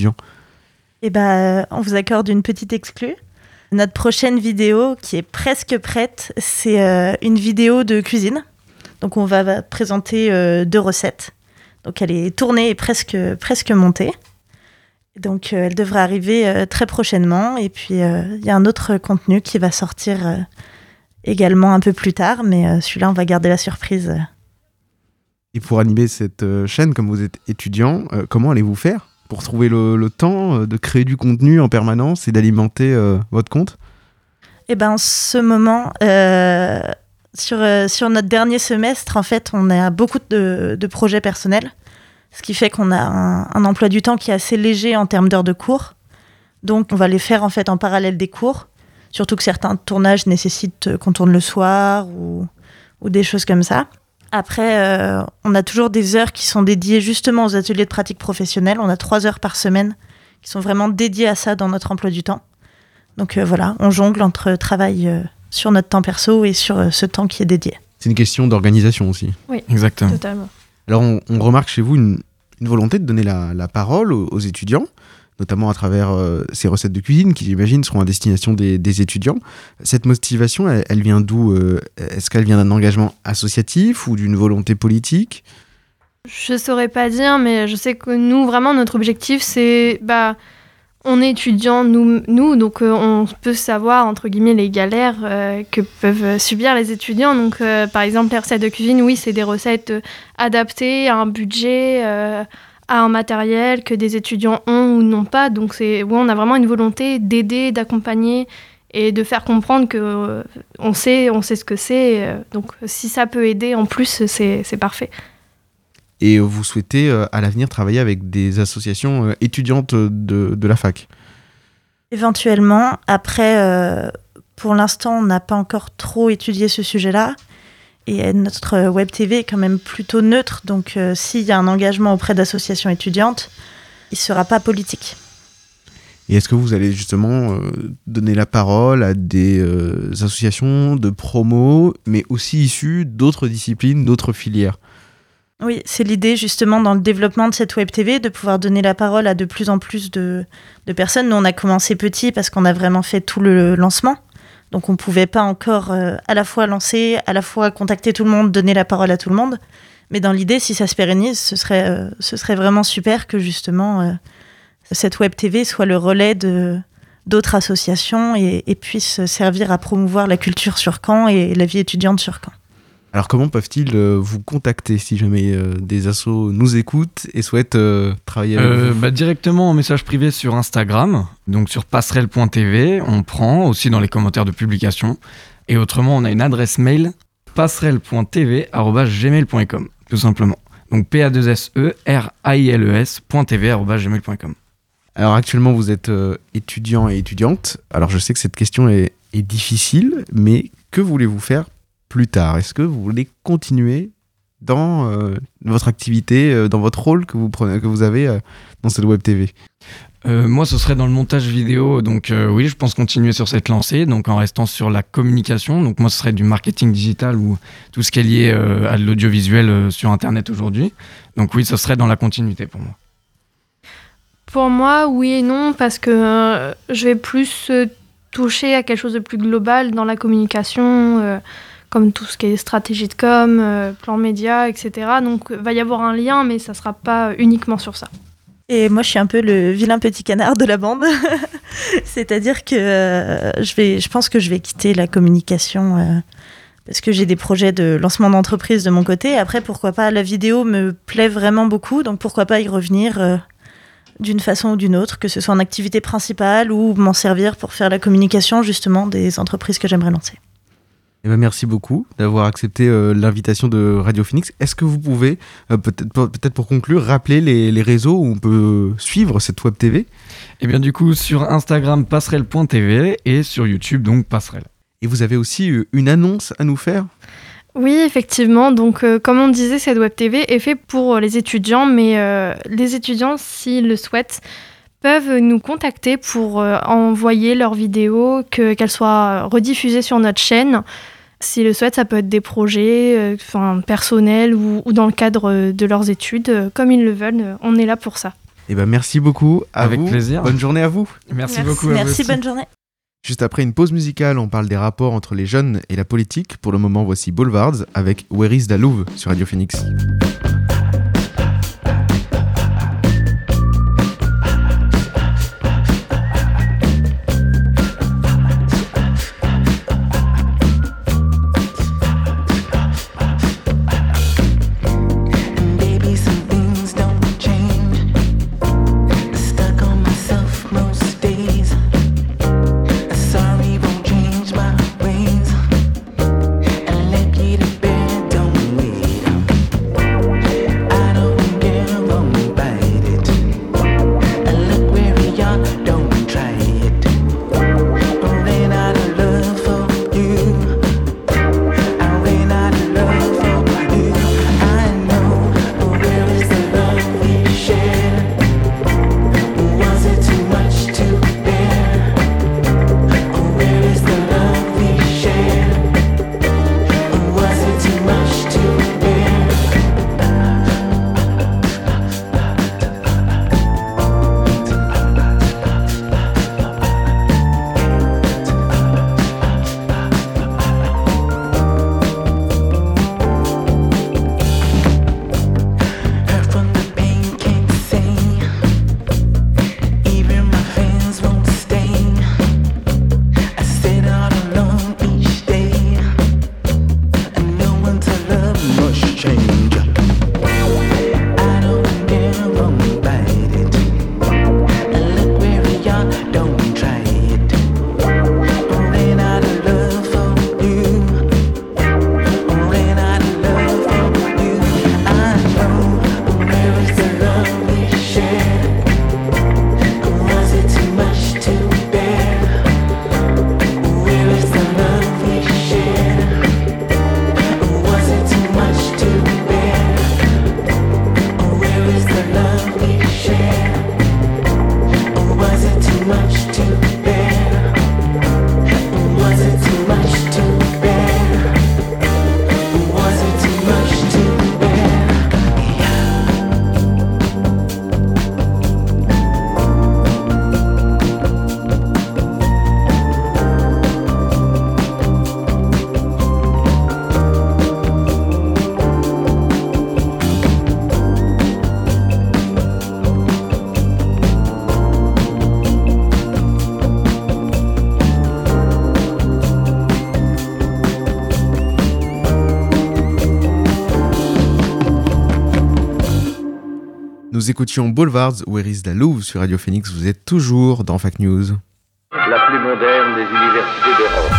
On vous accorde une petite exclue. Notre prochaine vidéo, qui est presque prête, c'est une vidéo de cuisine. Donc on va présenter 2 recettes. Donc elle est tournée et presque montée. Donc elle devrait arriver très prochainement. Et puis il y a un autre contenu qui va sortir également un peu plus tard. Mais celui-là, on va garder la surprise. Et pour animer cette chaîne, comme vous êtes étudiant, comment allez-vous faire pour trouver le temps de créer du contenu en permanence et d'alimenter votre compte ? En ce moment, sur notre dernier semestre, en fait, on a beaucoup de projets personnels. Ce qui fait qu'on a un emploi du temps qui est assez léger en termes d'heures de cours. Donc, on va les faire en fait en parallèle des cours. Surtout que certains tournages nécessitent qu'on tourne le soir ou des choses comme ça. Après, on a toujours des heures qui sont dédiées justement aux ateliers de pratique professionnelle. On a 3 heures par semaine qui sont vraiment dédiées à ça dans notre emploi du temps. Donc voilà, on jongle entre travail sur notre temps perso et sur ce temps qui est dédié. C'est une question d'organisation aussi. Oui, exactement. Totalement. Alors on remarque chez vous une volonté de donner la parole aux étudiants, notamment à travers ces recettes de cuisine qui, j'imagine, seront à destination des étudiants. Cette motivation, elle vient d'où ? Est-ce qu'elle vient d'un engagement associatif ou d'une volonté politique ? Je saurais pas dire, mais je sais que nous, vraiment, notre objectif, c'est... on est étudiants, nous donc on peut savoir, entre guillemets, les galères que peuvent subir les étudiants. Donc, par exemple, les recettes de cuisine, oui, c'est des recettes adaptées à un budget, à un matériel que des étudiants ont ou n'ont pas. Donc, on a vraiment une volonté d'aider, d'accompagner et de faire comprendre qu'on sait ce que c'est. Donc, si ça peut aider, en plus, c'est parfait. Et vous souhaitez à l'avenir travailler avec des associations étudiantes de la fac ? Éventuellement. Après, pour l'instant, on n'a pas encore trop étudié ce sujet-là. Et notre web TV est quand même plutôt neutre. Donc, s'il y a un engagement auprès d'associations étudiantes, il ne sera pas politique. Et est-ce que vous allez justement donner la parole à des associations de promo, mais aussi issues d'autres disciplines, d'autres filières ? Oui, c'est l'idée justement dans le développement de cette web TV de pouvoir donner la parole à de plus en plus de personnes. Nous, on a commencé petit parce qu'on a vraiment fait tout le lancement. Donc, on ne pouvait pas encore à la fois lancer, à la fois contacter tout le monde, donner la parole à tout le monde. Mais dans l'idée, si ça se pérennise, ce serait vraiment super que justement cette web TV soit le relais d'autres associations et puisse servir à promouvoir la culture sur Caen et la vie étudiante sur Caen. Alors comment peuvent-ils vous contacter si jamais des assos nous écoutent et souhaitent travailler avec vous ? Directement en message privé sur Instagram, donc sur passerelle.tv, on prend aussi dans les commentaires de publication. Et autrement, on a une adresse mail passerelle.tv@gmail.com, tout simplement. Donc PASSERAILES.tv@gmail.com. Alors actuellement, vous êtes étudiant et étudiante. Alors je sais que cette question est difficile, mais que voulez-vous faire plus tard? Est-ce que vous voulez continuer dans votre activité, dans votre rôle que vous avez dans cette web TV? Moi, ce serait dans le montage vidéo. Donc oui, je pense continuer sur cette lancée, donc en restant sur la communication. Donc moi, ce serait du marketing digital ou tout ce qui est lié à l'audiovisuel sur Internet aujourd'hui. Donc oui, ce serait dans la continuité pour moi. Pour moi, oui et non, parce que je vais plus toucher à quelque chose de plus global dans la communication, comme tout ce qui est stratégie de com, plan média, etc. Donc, il va y avoir un lien, mais ça ne sera pas uniquement sur ça. Et moi, je suis un peu le vilain petit canard de la bande. C'est-à-dire que je pense que je vais quitter la communication parce que j'ai des projets de lancement d'entreprise de mon côté. Après, pourquoi pas, la vidéo me plaît vraiment beaucoup, donc pourquoi pas y revenir d'une façon ou d'une autre, que ce soit en activité principale ou m'en servir pour faire la communication justement des entreprises que j'aimerais lancer. Eh ben merci beaucoup d'avoir accepté l'invitation de Radio Phoenix. Est-ce que vous pouvez, peut-être pour conclure, rappeler les réseaux où on peut suivre cette web TV? Eh bien du coup, sur Instagram, passerelle.tv et sur YouTube, donc Passerelle. Et vous avez aussi une annonce à nous faire? Oui, effectivement. Donc, comme on disait, cette web TV est faite pour les étudiants, mais les étudiants, s'ils le souhaitent, peuvent nous contacter pour envoyer leurs vidéos, qu'elles soient rediffusées sur notre chaîne. S'ils le souhaitent, ça peut être des projets personnels ou dans le cadre de leurs études. Comme ils le veulent, on est là pour ça. Eh ben, merci beaucoup. Avec plaisir. Bonne journée à vous. Merci beaucoup. À Merci, vous bonne journée. Juste après une pause musicale, on parle des rapports entre les jeunes et la politique. Pour le moment, voici Boulevards avec Where is the Louvre sur Radio Phoenix. Don't wait. Nous écoutions Boulevards, Where is the Louvre sur Radio Phoenix. Vous êtes toujours dans Fact News. La plus moderne des universités d'Europe.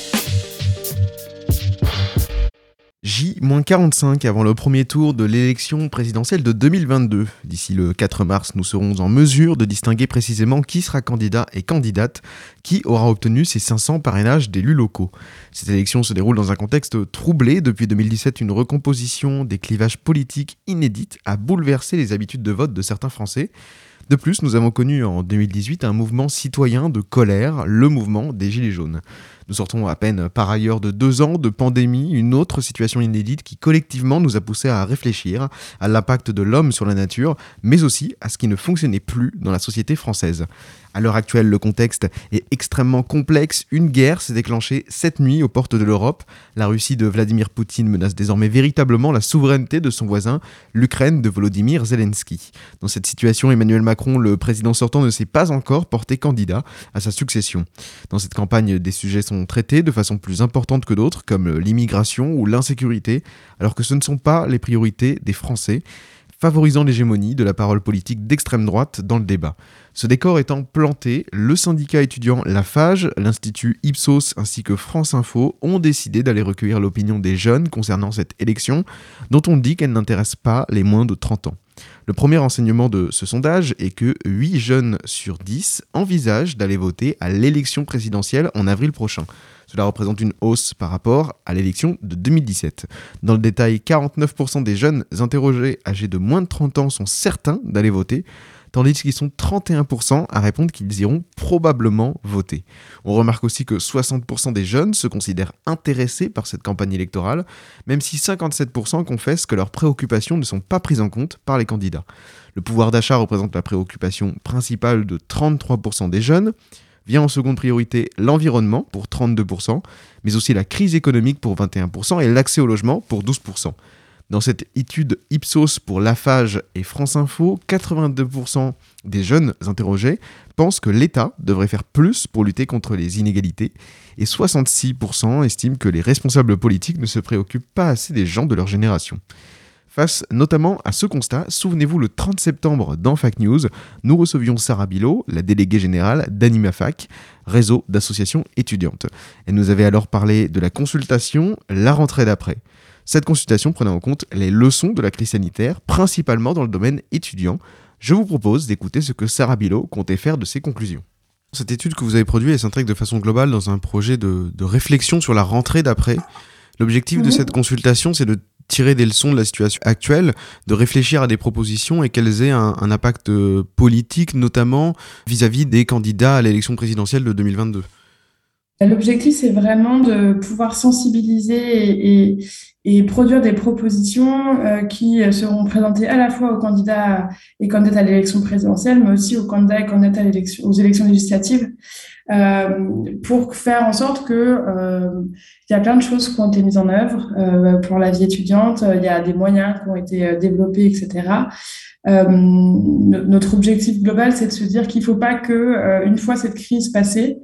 J-45 avant le premier tour de l'élection présidentielle de 2022. D'ici le 4 mars, nous serons en mesure de distinguer précisément qui sera candidat et candidate, qui aura obtenu ses 500 parrainages d'élus locaux. Cette élection se déroule dans un contexte troublé. Depuis 2017, une recomposition des clivages politiques inédite a bouleversé les habitudes de vote de certains Français. De plus, nous avons connu en 2018 un mouvement citoyen de colère, le mouvement des Gilets jaunes. Nous sortons à peine par ailleurs de 2 ans de pandémie, une autre situation inédite qui collectivement nous a poussé à réfléchir à l'impact de l'homme sur la nature, mais aussi à ce qui ne fonctionnait plus dans la société française. À l'heure actuelle, le contexte est extrêmement complexe. Une guerre s'est déclenchée cette nuit aux portes de l'Europe. La Russie de Vladimir Poutine menace désormais véritablement la souveraineté de son voisin, l'Ukraine de Volodymyr Zelensky. Dans cette situation, Emmanuel Macron, le président sortant, ne s'est pas encore porté candidat à sa succession. Dans cette campagne, des sujets sont traités de façon plus importante que d'autres, comme l'immigration ou l'insécurité, alors que ce ne sont pas les priorités des Français, favorisant l'hégémonie de la parole politique d'extrême droite dans le débat. Ce décor étant planté, le syndicat étudiant Lafage, l'Institut Ipsos ainsi que France Info ont décidé d'aller recueillir l'opinion des jeunes concernant cette élection, dont on dit qu'elle n'intéresse pas les moins de 30 ans. Le premier enseignement de ce sondage est que 8 jeunes sur 10 envisagent d'aller voter à l'élection présidentielle en avril prochain. Cela représente une hausse par rapport à l'élection de 2017. Dans le détail, 49% des jeunes interrogés âgés de moins de 30 ans sont certains d'aller voter, tandis qu'ils sont 31% à répondre qu'ils iront probablement voter. On remarque aussi que 60% des jeunes se considèrent intéressés par cette campagne électorale, même si 57% confessent que leurs préoccupations ne sont pas prises en compte par les candidats. Le pouvoir d'achat représente la préoccupation principale de 33% des jeunes. Vient en seconde priorité l'environnement pour 32%, mais aussi la crise économique pour 21% et l'accès au logement pour 12%. Dans cette étude Ipsos pour Lafage et France Info, 82% des jeunes interrogés pensent que l'État devrait faire plus pour lutter contre les inégalités et 66% estiment que les responsables politiques ne se préoccupent pas assez des gens de leur génération. Face notamment à ce constat, souvenez-vous, le 30 septembre dans Fact News, nous recevions Sarah Bilot, la déléguée générale d'AnimaFac, réseau d'associations étudiantes. Elle nous avait alors parlé de la consultation, la rentrée d'après. Cette consultation prenait en compte les leçons de la crise sanitaire, principalement dans le domaine étudiant. Je vous propose d'écouter ce que Sarah Bilot comptait faire de ses conclusions. Cette étude que vous avez produite, elle s'intègre de façon globale dans un projet de réflexion sur la rentrée d'après. L'objectif de cette consultation, c'est de tirer des leçons de la situation actuelle, de réfléchir à des propositions et qu'elles aient un impact politique, notamment vis-à-vis des candidats à l'élection présidentielle de 2022. L'objectif, c'est vraiment de pouvoir sensibiliser et produire des propositions qui seront présentées à la fois aux candidats et candidates à l'élection présidentielle, mais aussi aux candidats et candidates aux élections législatives, pour faire en sorte que il y a plein de choses qui ont été mises en œuvre pour la vie étudiante, il y a des moyens qui ont été développés, etc. Notre objectif global, c'est de se dire qu'il ne faut pas que, une fois cette crise passée,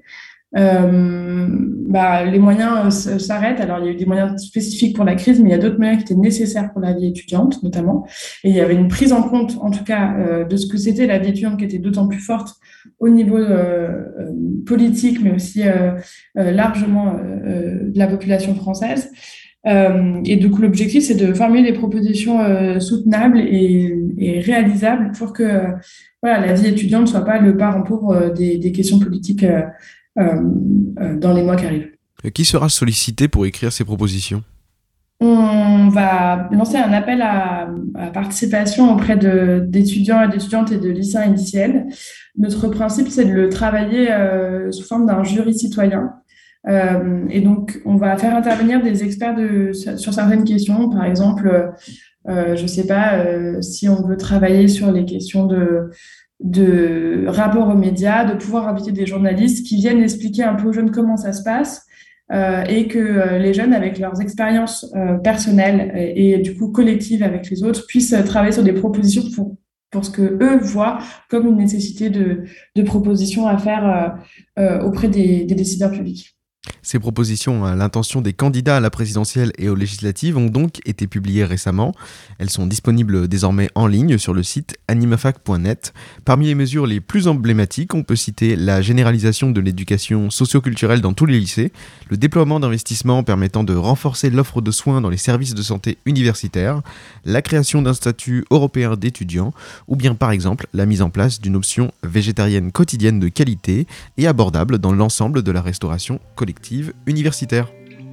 les moyens s'arrêtent. Alors, il y a eu des moyens spécifiques pour la crise, mais il y a d'autres moyens qui étaient nécessaires pour la vie étudiante, notamment. Et il y avait une prise en compte, en tout cas, de ce que c'était la vie étudiante qui était d'autant plus forte au niveau politique, mais aussi largement de la population française. Et du coup, l'objectif, c'est de formuler des propositions soutenables et réalisables pour que la vie étudiante ne soit pas le parent pauvre des questions politiques dans les mois qui arrivent. Qui sera sollicité pour écrire ces propositions ? On va lancer un appel à participation auprès d'étudiants et d'étudiantes et de lycéens et lycéennes. Notre principe, c'est de le travailler sous forme d'un jury citoyen. Et donc, on va faire intervenir des experts sur certaines questions. Par exemple, je ne sais pas si on veut travailler sur les questions de rapport aux médias, de pouvoir inviter des journalistes qui viennent expliquer un peu aux jeunes comment ça se passe et que les jeunes, avec leurs expériences personnelles et du coup collectives avec les autres, puissent travailler sur des propositions pour ce qu'eux voient comme une nécessité de propositions à faire auprès des décideurs publics. Ces propositions à l'intention des candidats à la présidentielle et aux législatives ont donc été publiées récemment. Elles sont disponibles désormais en ligne sur le site animafac.net. Parmi les mesures les plus emblématiques, on peut citer la généralisation de l'éducation socio-culturelle dans tous les lycées, le déploiement d'investissements permettant de renforcer l'offre de soins dans les services de santé universitaires, la création d'un statut européen d'étudiant, ou bien par exemple la mise en place d'une option végétarienne quotidienne de qualité et abordable dans l'ensemble de la restauration collective universitaire.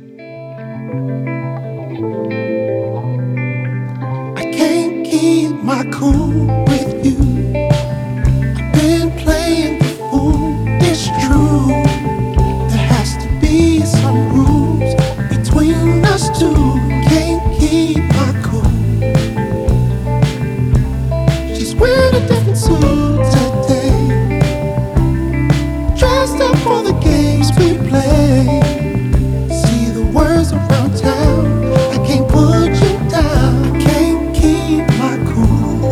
I can't keep my cool with you. I've been playing the fool, it's true. There has to be some rules between us two. Can't keep my cool. She's wearing a different suit today, dressed up for the games we play. See the words around town, I can't put you down. Can't keep my cool.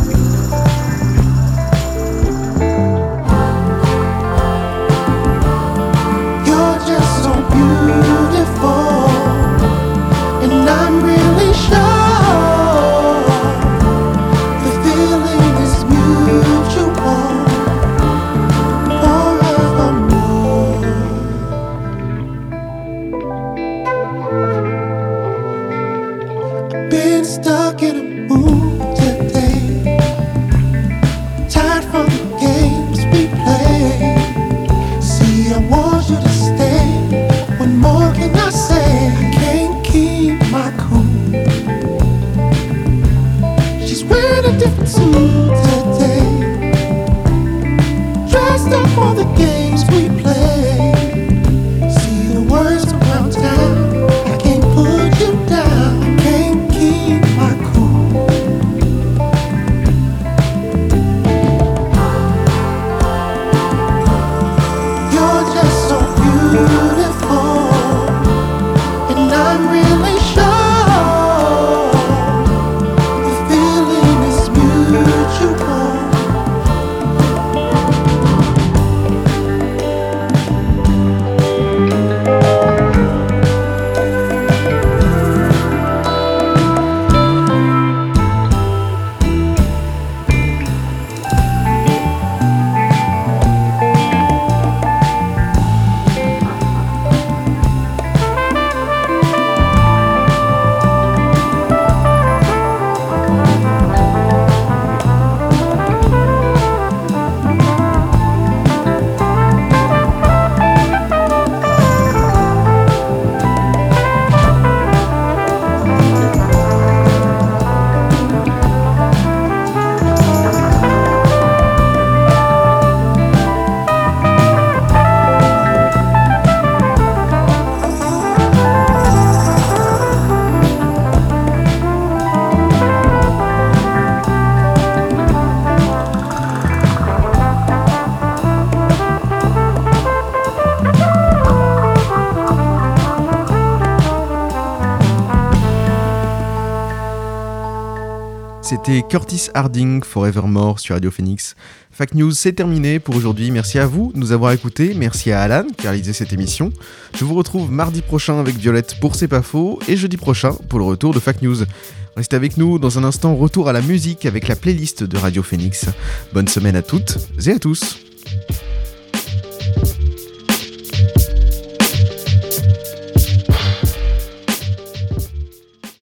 You're just so beautiful, and I'm really sure the feeling is mutual. Been stuck in a mood today, tired from the games we play. See, I want you to stay. What more can I say? Can't keep my cool. She's wearing a different suit today, dressed up for the games we play. See the words around town, I can't put you down. C'était Curtis Harding, Forevermore sur Radio Phoenix. Fact News, c'est terminé pour aujourd'hui. Merci à vous de nous avoir écoutés. Merci à Alan qui a réalisé cette émission. Je vous retrouve mardi prochain avec Violette pour C'est pas faux et jeudi prochain pour le retour de Fact News. Restez avec nous dans un instant, retour à la musique avec la playlist de Radio Phoenix. Bonne semaine à toutes et à tous.